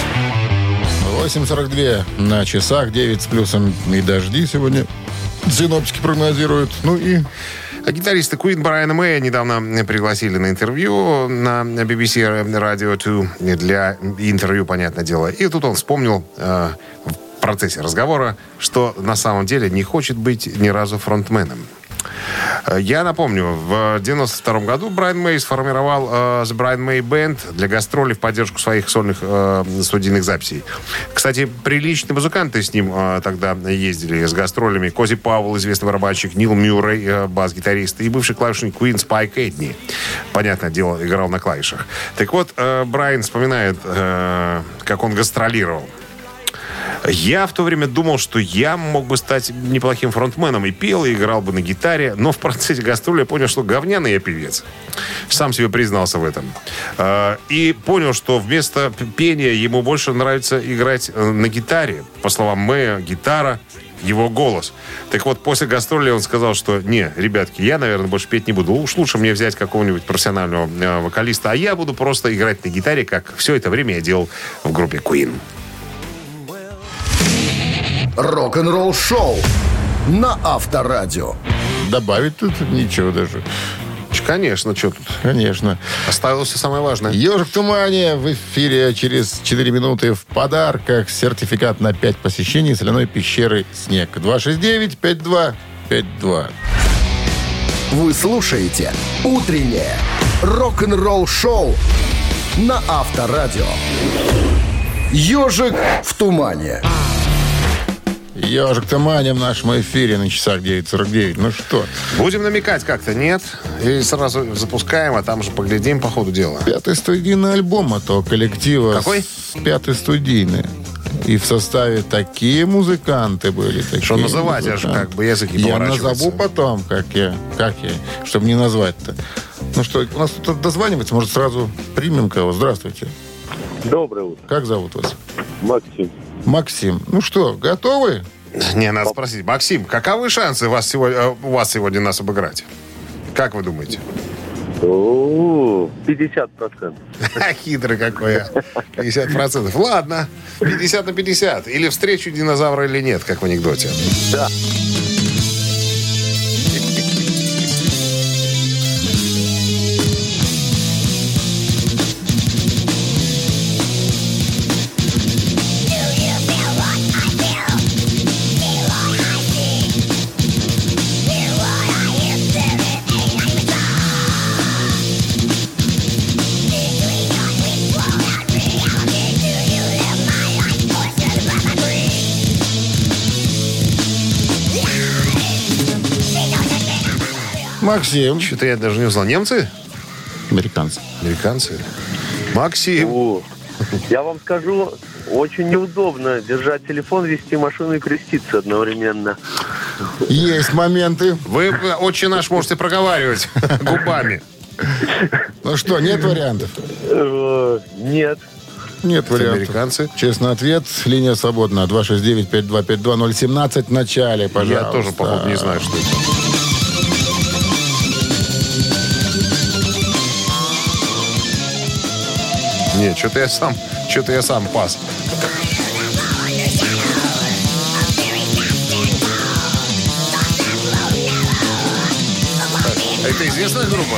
Speaker 2: 8:42 на часах, 9 с плюсом и дожди сегодня синоптики прогнозируют.
Speaker 3: Гитариста Queen Брайана Мэя недавно пригласили на интервью на BBC Radio 2 для интервью, понятное дело. И тут он вспомнил в процессе разговора, что на самом деле не хочет быть ни разу фронтменом. Я напомню, в 92 году Брайан Мэй сформировал The Brian May Band для гастролей в поддержку своих сольных студийных записей. Кстати, приличные музыканты с ним тогда ездили с гастролями. Кози Пауэлл, известный барабанщик, Нил Мюррей, бас-гитарист, и бывший клавишник Queen Спайк Эдни. Понятное дело, играл на клавишах. Так вот, Брайан вспоминает, как он гастролировал. Я в то время думал, что я мог бы стать неплохим фронтменом, и пел, и играл бы на гитаре, но в процессе гастроли я понял, что говняный я певец. Сам себе признался в этом. И понял, что вместо пения ему больше нравится играть на гитаре. По словам Мэя, гитара — его голос. Так вот, после гастроли он сказал, что не, ребятки, я, наверное, больше петь не буду. Уж лучше мне взять какого-нибудь профессионального вокалиста, а я буду просто играть на гитаре, как все это время я делал в группе Queen.
Speaker 1: Рок-н-ролл-шоу на Авторадио.
Speaker 2: Добавить тут ничего даже.
Speaker 3: Конечно, что тут?
Speaker 2: Конечно.
Speaker 3: Оставилось все самое важное.
Speaker 2: «Ежик в тумане» в эфире через 4 минуты. В подарках сертификат на 5 посещений соляной пещеры «Снег». 269-5252.
Speaker 1: Вы слушаете «Утреннее рок-н-ролл-шоу» на Авторадио. «Ежик в тумане».
Speaker 2: Ежик-то Маня в нашем эфире на часах 9:49. Ну что?
Speaker 3: Будем намекать как-то, нет? И сразу запускаем, а там уже поглядим по ходу дела.
Speaker 2: 5-й студийный альбом этого коллектива.
Speaker 3: Какой?
Speaker 2: 5-й студийный. И в составе такие музыканты были. Такие
Speaker 3: Что называть,
Speaker 2: музыканты.
Speaker 3: аж как бы язык не
Speaker 2: Я
Speaker 3: поворачивается.
Speaker 2: назову потом, как я, чтобы не назвать-то. Ну что, у нас тут дозванивается, может, сразу примем кого? Здравствуйте.
Speaker 8: Доброе утро.
Speaker 2: Как зовут вас?
Speaker 8: Максим.
Speaker 2: Максим. Ну что, готовы?
Speaker 3: Не, надо спросить. Максим, каковы шансы у вас сегодня нас обыграть? Как вы думаете?
Speaker 8: 50%.
Speaker 3: Хитрый какой я. 50%. Ладно, 50 на 50. Или встречу динозавра, или нет, как в анекдоте.
Speaker 8: Да.
Speaker 2: Максим.
Speaker 3: Что-то я даже не узнал. Немцы?
Speaker 2: Американцы.
Speaker 3: Американцы? Максим.
Speaker 8: О, я вам скажу, очень неудобно держать телефон, вести машину и креститься одновременно.
Speaker 2: Есть моменты.
Speaker 3: Вы «Отче наш» можете проговаривать губами.
Speaker 2: Ну что, нет вариантов?
Speaker 8: Нет.
Speaker 2: Нет вариантов.
Speaker 3: Американцы.
Speaker 2: Честный ответ. Линия свободна. 269-5252-017 в начале, пожалуйста.
Speaker 3: Я тоже, походу, не знаю, что это. Нет, что-то я сам пас. Это известная группа?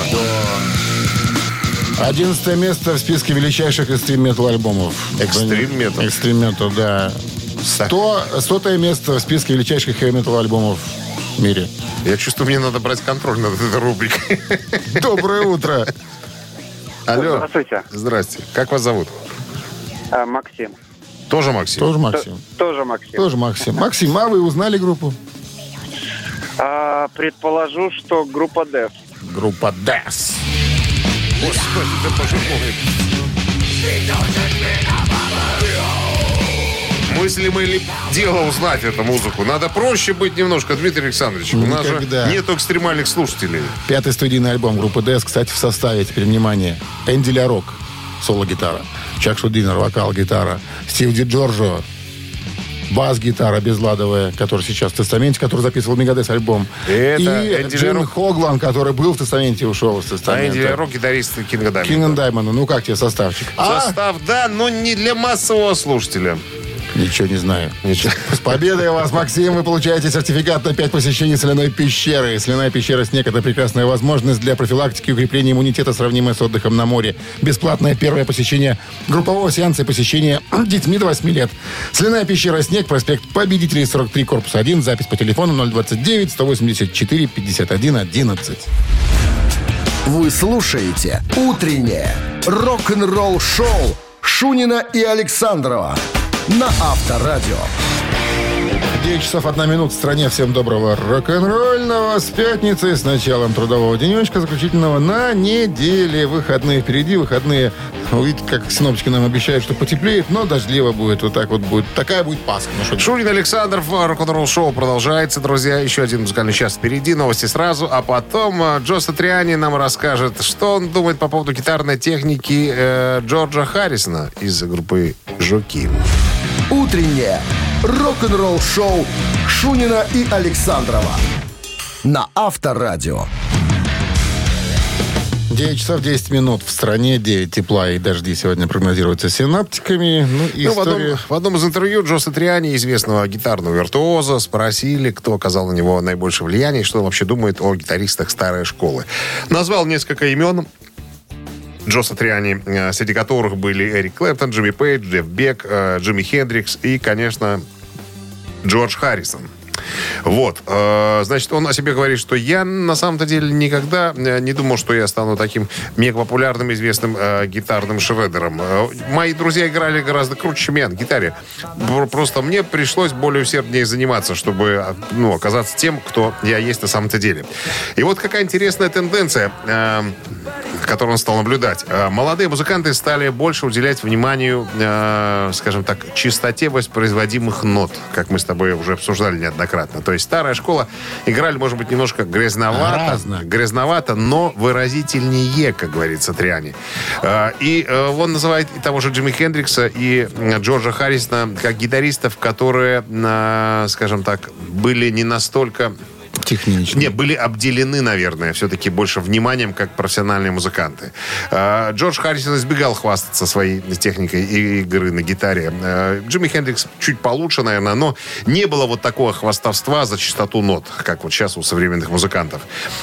Speaker 2: 11 место в списке величайших экстрим-метал альбомов.
Speaker 3: Экстрим-метал?
Speaker 2: Экстрим-метал, да. 100-е место в списке величайших хэви-метал альбомов в мире.
Speaker 3: Я чувствую, мне надо брать контроль над этой рубрикой.
Speaker 2: Доброе утро.
Speaker 3: Алло.
Speaker 4: Здравствуйте.
Speaker 3: Здрасте. Как вас зовут?
Speaker 4: Максим.
Speaker 3: Тоже Максим?
Speaker 2: Тоже Максим.
Speaker 4: Тоже Максим.
Speaker 2: Тоже Максим. Максим, а вы узнали группу?
Speaker 4: Предположу, что группа Death.
Speaker 2: Группа Death.
Speaker 3: Господи, да боже мой. Мыслимое ли дело узнать эту музыку? Надо проще быть немножко, Дмитрий Александрович. У нас же
Speaker 2: Никогда.
Speaker 3: нету экстремальных слушателей.
Speaker 2: 5-й студийный альбом группы Death, кстати, в составе, теперь внимание, Энди Ля-Рок, соло-гитара, Чак Шудинер, вокал-гитара, Стив Ди Джорджо, бас-гитара безладовая, который сейчас в «Тестаменте», который записывал Мегадес альбом.
Speaker 3: Это
Speaker 2: и
Speaker 3: Энди
Speaker 2: Джим
Speaker 3: Ля-Рок.
Speaker 2: Хоглан, который был в «Тестаменте» и ушел из
Speaker 3: А
Speaker 2: «Тестамента».
Speaker 3: Энди Ля-Рок, гитарист Кинга Даймонда.
Speaker 2: Кинг Даймонда. Ну, как тебе составчик?
Speaker 3: Состав, да, но не для массового слушателя.
Speaker 2: Ничего не знаю.
Speaker 3: Ничего.
Speaker 2: С победой вас, Максим! Вы получаете сертификат на 5 посещений соляной пещеры. Соляная пещера «Снег» — это прекрасная возможность для профилактики и укрепления иммунитета, сравнимая с отдыхом на море. Бесплатное первое посещение группового сеанса и посещение детьми до 8 лет. Соляная пещера «Снег», проспект Победителей, 43, корпус 1. Запись по телефону 029-184-51-11.
Speaker 1: Вы слушаете «Утреннее рок-н-ролл-шоу» Шунина и Александрова на Авторадио.
Speaker 2: 9 часов 1 минута в стране. Всем доброго рок-н-ролльного с пятницы, с началом трудового денечка, заключительного на неделе. Выходные впереди, выходные. Видите, как синоптики нам обещают, что потеплеет, но дождливо будет. Вот так вот будет. Такая будет Пасха. Ну, что
Speaker 3: Шунин, Александров, рок-н-ролл шоу продолжается, друзья. Еще один музыкальный час впереди, новости сразу, а потом Джо Сатриани нам расскажет, что он думает по поводу гитарной техники Джорджа Харрисона из группы «Жуки».
Speaker 1: Утреннее рок-н-ролл-шоу Шунина и Александрова на Авторадио.
Speaker 2: 9 часов 10 минут в стране, 9 тепла и дожди сегодня прогнозируются синаптиками. Ну, и история...
Speaker 3: в одном из интервью Джо Сатриани, известного гитарного виртуоза, спросили, кто оказал на него наибольшее влияние и что он вообще думает о гитаристах старой школы. Назвал несколько имен Джо Сатриани, среди которых были Эрик Клэптон, Джимми Пейдж, Джефф Бек, Джимми Хендрикс и, конечно, Джордж Харрисон. Вот. Значит, он о себе говорит, что я на самом-то деле никогда не думал, что я стану таким мегапопулярным, известным гитарным шредером. Мои друзья играли гораздо круче, чем я на гитаре. Просто мне пришлось более усерднее заниматься, чтобы оказаться тем, кто я есть на самом-то деле. И вот какая интересная тенденция, которую он стал наблюдать. Молодые музыканты стали больше уделять вниманию, скажем так, чистоте воспроизводимых нот, как мы с тобой уже обсуждали неоднократно. То есть старая школа играли, может быть, немножко грязновато, но выразительнее, как говорит Сатриани. И он называет и того же Джимми Хендрикса, и Джорджа Харрисона как гитаристов, которые, скажем так, были не настолько...
Speaker 2: Технично.
Speaker 3: Не, были обделены, наверное, все-таки больше вниманием, как профессиональные музыканты. Джордж Харрисон избегал хвастаться своей техникой игры на гитаре. Джимми Хендрикс чуть получше, наверное, но не было вот такого хвастовства за чистоту нот, как вот сейчас у современных музыкантов.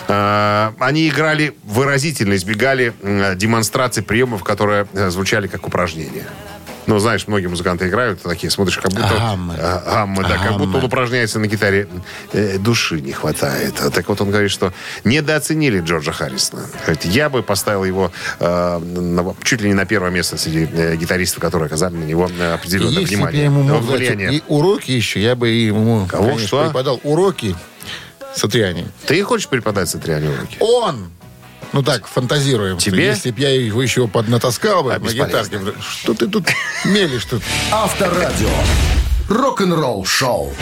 Speaker 3: Они играли выразительно, избегали демонстрации приемов, которые звучали как упражнения. Ну, знаешь, многие музыканты играют, такие, смотришь, как будто... Гаммы, да, как будто он упражняется на гитаре. Души не хватает. Так вот, он говорит, что недооценили Джорджа Харрисона. Я бы поставил его чуть ли не на первое место среди гитаристов, которые оказали на него определенное внимание.
Speaker 2: Если бы я ему мог дать и уроки еще, я бы ему, конечно, преподал уроки Сатриани.
Speaker 3: Ты хочешь преподать Сатриани уроки?
Speaker 2: Он! Ну так, фантазируем.
Speaker 3: Тебе?
Speaker 2: Если бы я его еще поднатаскал бы на гитарке. Что ты тут мелешь тут?
Speaker 1: Авторадио. Рок-н-ролл шоу.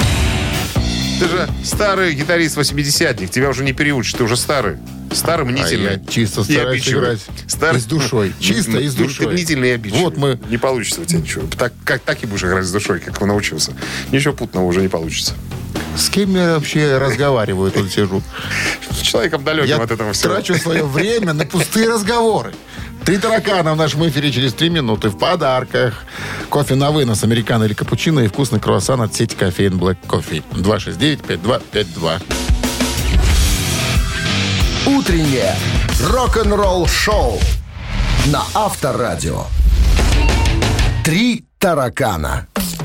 Speaker 3: Ты же старый гитарист 80-ник. Тебя уже не переучат. Ты уже старый. Старый, мнительный.
Speaker 2: Я чисто стараюсь играть. И с душой. Чисто и с душой.
Speaker 3: Ты мнительный и обидчивый.
Speaker 2: Вот мы...
Speaker 3: Не получится у тебя ничего. Так и будешь играть с душой, как научился. Ничего путного уже не получится.
Speaker 2: С кем я вообще разговариваю, тут сижу?
Speaker 3: С человеком далеким от этого всего.
Speaker 2: Я трачу свое время на пустые разговоры. 3 таракана в нашем эфире через 3 минуты. В подарках. Кофе на вынос, американо или капучино и вкусный круассан от сети кофеин Black Coffee. 269-5252.
Speaker 1: Утреннее рок-н-ролл шоу на Авторадио. 3 таракана.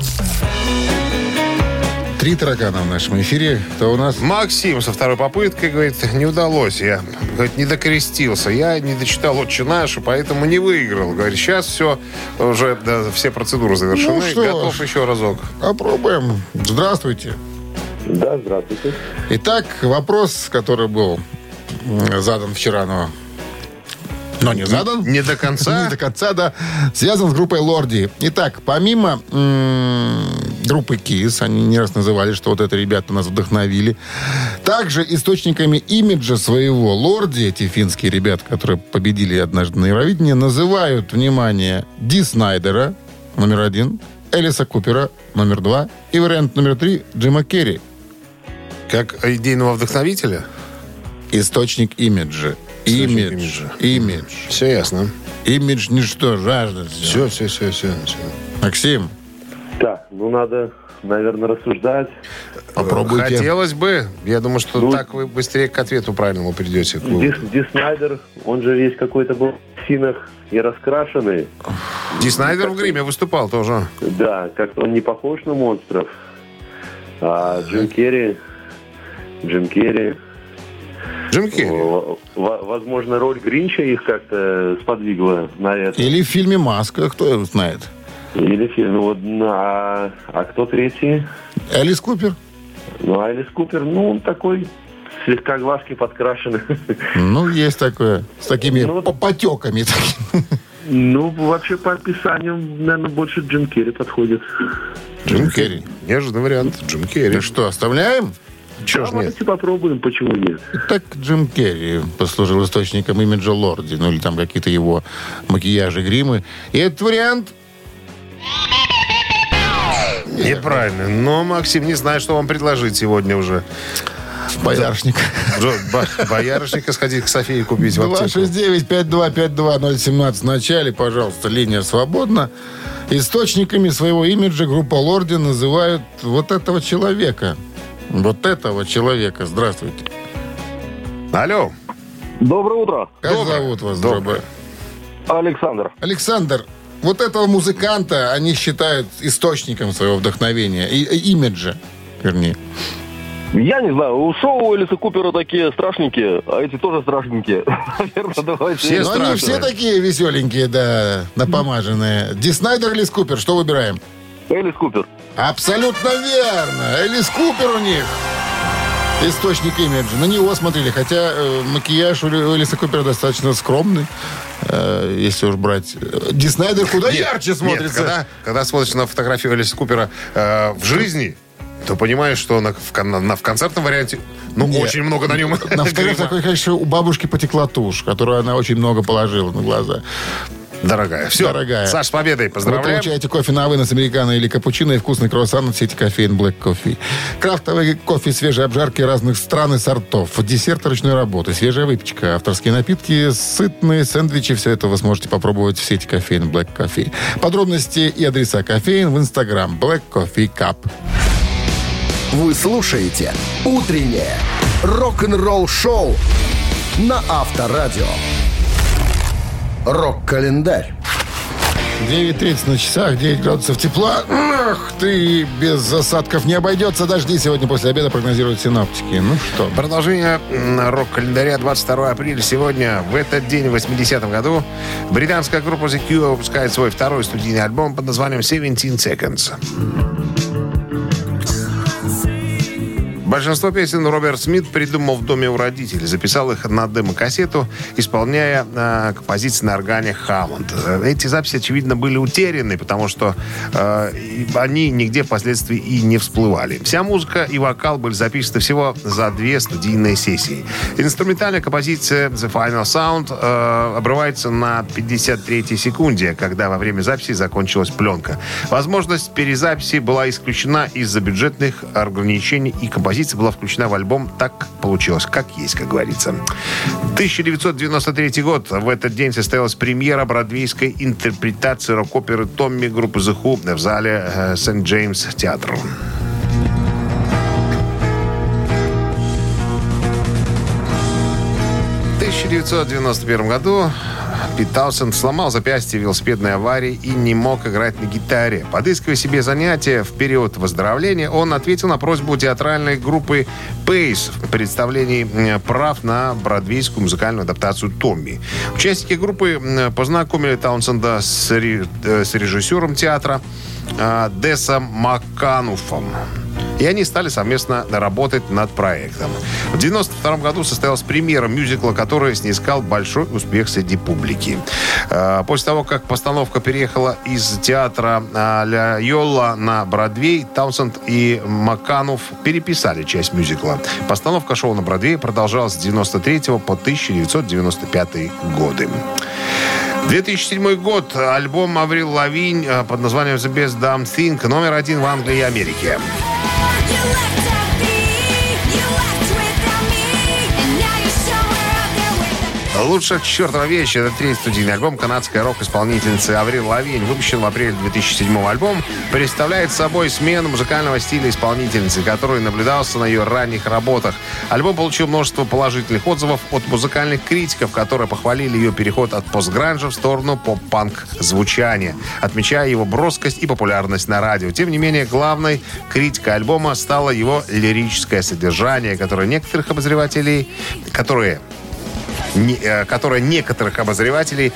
Speaker 2: 3 таракана в нашем эфире. Кто у нас?
Speaker 3: Максим со второй попыткой говорит, не удалось. Я, говорит, не докрестился. Я не дочитал «Отче наш», поэтому не выиграл. Говорит, сейчас все, уже все процедуры завершены.
Speaker 2: Ну,
Speaker 3: готов еще разок.
Speaker 2: Попробуем. Здравствуйте.
Speaker 8: Да, здравствуйте.
Speaker 2: Итак, вопрос, который был задан вчера, но не задан.
Speaker 3: Не до конца.
Speaker 2: Не до конца, да. Связан с группой Лорди. Итак, помимо группы Kiss, они не раз называли, что вот это ребята нас вдохновили. Также источниками имиджа своего Лорди, эти финские ребята, которые победили однажды на Евровидении, называют, внимание, Ди Снайдера, номер 1, Элиса Купера, номер 2, и вариант номер 3, Джима Керри.
Speaker 3: Как идейного вдохновителя?
Speaker 2: Источник имиджа. Имидж.
Speaker 3: Все ясно.
Speaker 2: Имидж ничто, жажда.
Speaker 3: Все.
Speaker 2: Максим.
Speaker 8: Так, надо, наверное, рассуждать.
Speaker 2: Попробуйте.
Speaker 3: Хотелось бы. Я думаю, что так вы быстрее к ответу правильному придете.
Speaker 8: Ди Снайдер, он же весь какой-то был в синах и раскрашенный.
Speaker 3: Ди Снайдер в гриме выступал тоже.
Speaker 8: Да, как-то он не похож на монстров. А Джим Керри... Возможно, роль Гринча их как-то сподвигла на это.
Speaker 2: Или в фильме «Маска», кто его знает.
Speaker 8: Или фильм. А кто третий?
Speaker 2: Элис Купер.
Speaker 8: Элис Купер, он такой слегка глазки подкрашены.
Speaker 2: Есть такое. С такими потеками.
Speaker 8: Вообще по описанию, наверное, больше Джим Керри подходит.
Speaker 2: Джим Керри.
Speaker 3: Неожиданный вариант. Джим Керри.
Speaker 2: Ну что, оставляем?
Speaker 3: Чего ж нет?
Speaker 8: Давайте попробуем, почему нет.
Speaker 2: Так Джим Керри послужил источником имиджа Лорди. Или там какие-то его макияжи, гримы. И этот вариант...
Speaker 3: Неправильно. Но, Максим, не знаю, что вам предложить сегодня уже.
Speaker 2: Боярышник.
Speaker 3: Боярышника сходить к Софии купить в аптеку.
Speaker 2: 269-5252-017 в начале, пожалуйста, линия свободна. Источниками своего имиджа группа Лорди называют вот этого человека. Здравствуйте.
Speaker 3: Алло.
Speaker 8: Доброе утро.
Speaker 2: Как зовут вас, доброе? Александр. Вот этого музыканта они считают источником своего вдохновения. И имиджа, вернее.
Speaker 9: Я не знаю, у шоу у Элиса Купера такие страшненькие, а эти тоже страшненькие. Наверное, давайте.
Speaker 2: Но они все такие веселенькие, да, напомаженные. Ди Снайдер, Элис Купер, что выбираем?
Speaker 9: Элис Купер.
Speaker 2: Абсолютно верно. Элис Купер у них. Источник имиджа. На него смотрели, хотя макияж у Элиса Купера достаточно скромный, если уж брать. Ди Снайдер куда ярче смотрится.
Speaker 3: Нет, когда смотришь на фотографию Элиса Купера в жизни, то понимаешь, что в концертном варианте очень много на нем.
Speaker 2: На фотографии такой, конечно, у бабушки потекла тушь, которую она очень много положила на глаза.
Speaker 3: Дорогая. Все,
Speaker 2: дорогая.
Speaker 3: Саш, с победой. Поздравляем.
Speaker 2: Вы получаете кофе на вынос американо или капучино и вкусный круассан от сети кофеин Black Coffee. Крафтовый кофе свежей обжарки разных стран и сортов. Десерт ручной работы, свежая выпечка, авторские напитки, сытные сэндвичи. Все это вы сможете попробовать в сети кофеин Black Coffee. Подробности и адреса кофеин в Instagram Black Coffee Cup.
Speaker 1: Вы слушаете «Утреннее рок-н-ролл-шоу» на Авторадио. Рок-календарь.
Speaker 2: 9:30 на часах, 9 градусов тепла. Ах ты, без осадков не обойдется. Дожди сегодня после обеда прогнозируют синоптики. Ну что?
Speaker 3: Продолжение рок-календаря. 22 апреля сегодня. В этот день, в 80-м году, британская группа The Cure выпускает свой второй студийный альбом под названием 17 Seconds. Большинство песен Роберт Смит придумал в доме у родителей. Записал их на демо-кассету, исполняя композиции на органе Хаммонд. Эти записи, очевидно, были утеряны, потому что они нигде впоследствии и не всплывали. Вся музыка и вокал были записаны всего за 2 студийные сессии. Инструментальная композиция The Final Sound обрывается на 53-й секунде, когда во время записи закончилась пленка. Возможность перезаписи была исключена из-за бюджетных ограничений, и композиция была включена в альбом. Так получилось, как есть, как говорится. 1993 год. В этот день состоялась премьера бродвейской интерпретации рок-оперы «Томми» группы The Who в зале Сент-Джеймс театр. В 1991 году Пит Таунсенд сломал запястье в велосипедной аварии и не мог играть на гитаре. Подыскивая себе занятия в период выздоровления, он ответил на просьбу театральной группы Pace в представлении прав на бродвейскую музыкальную адаптацию «Томми». Участники группы познакомили Таунсенда с режиссером театра Десом Маккануфом. И они стали совместно работать над проектом. В 1992 году состоялась премьера мюзикла, который снискал большой успех среди публики. После того, как постановка переехала из театра Ля Йолла на Бродвей, Таунсенд и Маккануф переписали часть мюзикла. Постановка шоу на Бродвее продолжалась с 1993 по 1995 годы. 2007 год. Альбом Аврил Лавинь под названием The Best Damn Thing номер 1 в Англии и Америке. «Лучше к чертовой вещи» — это 3-й студийный альбом канадской рок-исполнительницы Аврил Лавинь. Выпущен в апреле 2007 альбом представляет собой смену музыкального стиля исполнительницы, который наблюдался на ее ранних работах. Альбом получил множество положительных отзывов от музыкальных критиков, которые похвалили ее переход от постгранжа в сторону поп-панк звучания, отмечая его броскость и популярность на радио. Тем не менее, главной критикой альбома стало его лирическое содержание, которое некоторых обозревателей, которое некоторых обозревателей,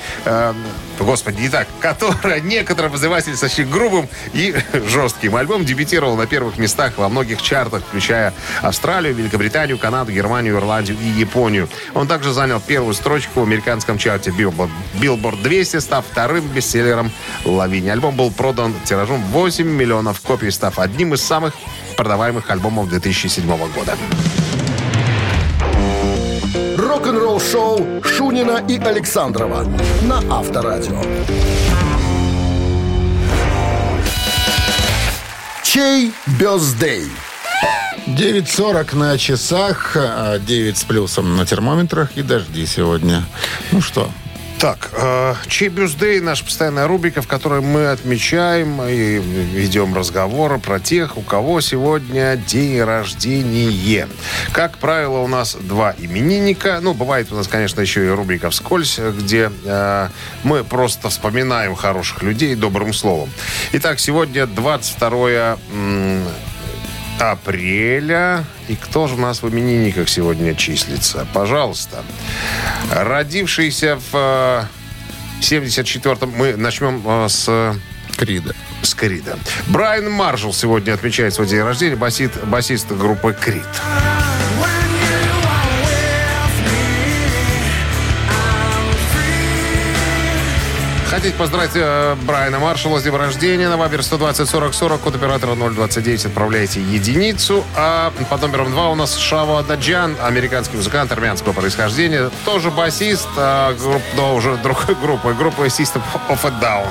Speaker 3: которое некоторые обозреватели сочли грубым и жестким. Альбом дебютировал на первых местах во многих чартах, включая Австралию, Великобританию, Канаду, Германию, Ирландию и Японию. Он также занял первую строчку в американском чарте Billboard 200, став вторым бестселлером Лавинь. Альбом был продан тиражом 8 миллионов копий, став одним из самых продаваемых альбомов 2007 года.
Speaker 1: Рок-н-ролл-шоу Шунина и Александрова на Авторадио. Чей бёздей?
Speaker 2: 9:40 на часах, 9 с плюсом на термометрах и дожди сегодня. Ну что?
Speaker 3: Так, чей бюстдей — наша постоянная рубрика, в которой мы отмечаем и ведем разговоры про тех, у кого сегодня день рождения. Как правило, у нас 2 именинника. Ну, бывает у нас, конечно, еще и рубрика «Вскользь», где мы просто вспоминаем хороших людей добрым словом. Итак, сегодня 22 апреля. И кто же у нас в именинниках сегодня числится? Пожалуйста. Родившийся в 74-м... Мы начнем с...
Speaker 2: Крида.
Speaker 3: С Крида. Брайан Маршалл сегодня отмечает свой день рождения. Басист группы Крид. Хотите поздравить Брайана Маршалла с днем рождения? На Вайбер 120-40-40, код оператора 029, отправляйте единицу. А под номером 2 у нас Шаво Ададжан, американский музыкант армянского происхождения. Тоже басист, но уже другой группы. Группа System of a Down.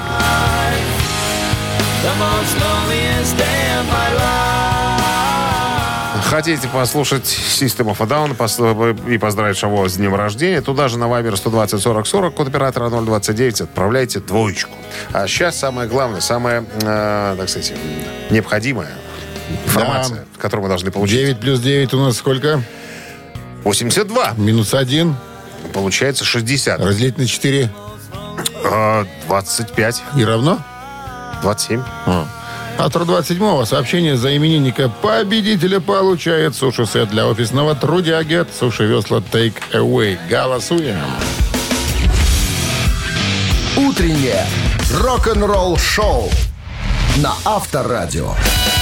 Speaker 3: Хотите послушать System of a Down и поздравить Шаво с днем рождения? Туда же на Viber 120-40-40, код оператора 029, отправляйте двоечку. А сейчас самое главное, самое, так сказать, необходимая информация, которую мы должны получить.
Speaker 2: 9 плюс 9 у нас сколько?
Speaker 3: 82.
Speaker 2: Минус 1.
Speaker 3: Получается 60.
Speaker 2: Разделить на 4.
Speaker 3: 25.
Speaker 2: И равно?
Speaker 3: 27.
Speaker 2: Автор 27-го сообщение за именинника победителя получает суши-сет для офисного трудяги от суши-весла Take Away. Голосуем.
Speaker 1: Утреннее рок-н-ролл-шоу на Авторадио.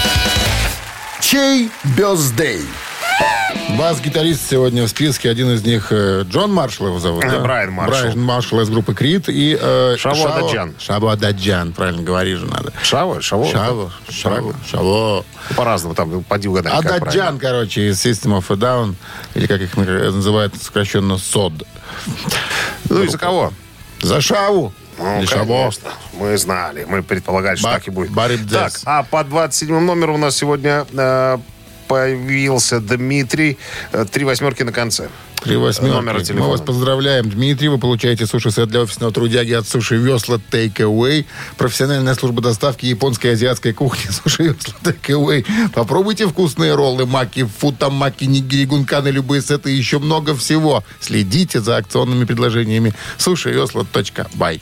Speaker 1: Чей бёздей?
Speaker 2: Бас-гитарист сегодня в списке. Один из них Джон Маршалл его зовут. Да?
Speaker 3: Брайан Маршалл.
Speaker 2: Брайан Маршалл из группы Крид. И
Speaker 3: Шаво Ададжан.
Speaker 2: Шаво Ададжан, правильно говоришь же надо.
Speaker 3: Шаво?
Speaker 2: Шаво.
Speaker 3: По-разному, там, поди угадай.
Speaker 2: Ададжан, короче, из System of a Down. Или как их называют сокращенно СОД.
Speaker 3: Ну и за кого?
Speaker 2: За Шаву.
Speaker 3: Ну, конечно. Мы знали. Мы предполагали, что так и будет. Так, а по 27 номеру у нас сегодня появился Дмитрий. 3 восьмерки на конце.
Speaker 2: 3 восьмерки.
Speaker 3: Номера телефона.
Speaker 2: Мы вас поздравляем, Дмитрий. Вы получаете суши-сет для офисного трудяги от суши-весла Take Away. Профессиональная служба доставки японской и азиатской кухни суши-весла Take Away. Попробуйте вкусные роллы, маки, футамаки, нигири, гунканы, любые сеты и еще много всего. Следите за акционными предложениями. Суши-весла.бай.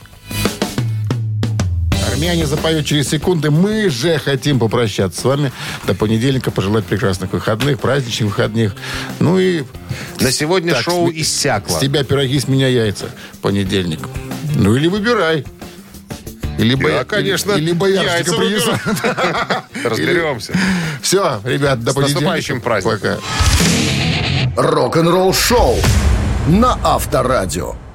Speaker 2: Армяне запоют через секунды. Мы же хотим попрощаться с вами. До понедельника пожелать прекрасных выходных, праздничных выходных. Ну и...
Speaker 3: На сегодня так, шоу иссякло.
Speaker 2: С тебя пироги, с меня яйца. Понедельник. Ну или выбирай. Или
Speaker 3: конечно,
Speaker 2: или боярышника принесу.
Speaker 3: Разберемся.
Speaker 2: Все, ребят, до понедельника.
Speaker 3: С наступающим праздником.
Speaker 1: Пока. Рок-н-ролл шоу на Авторадио.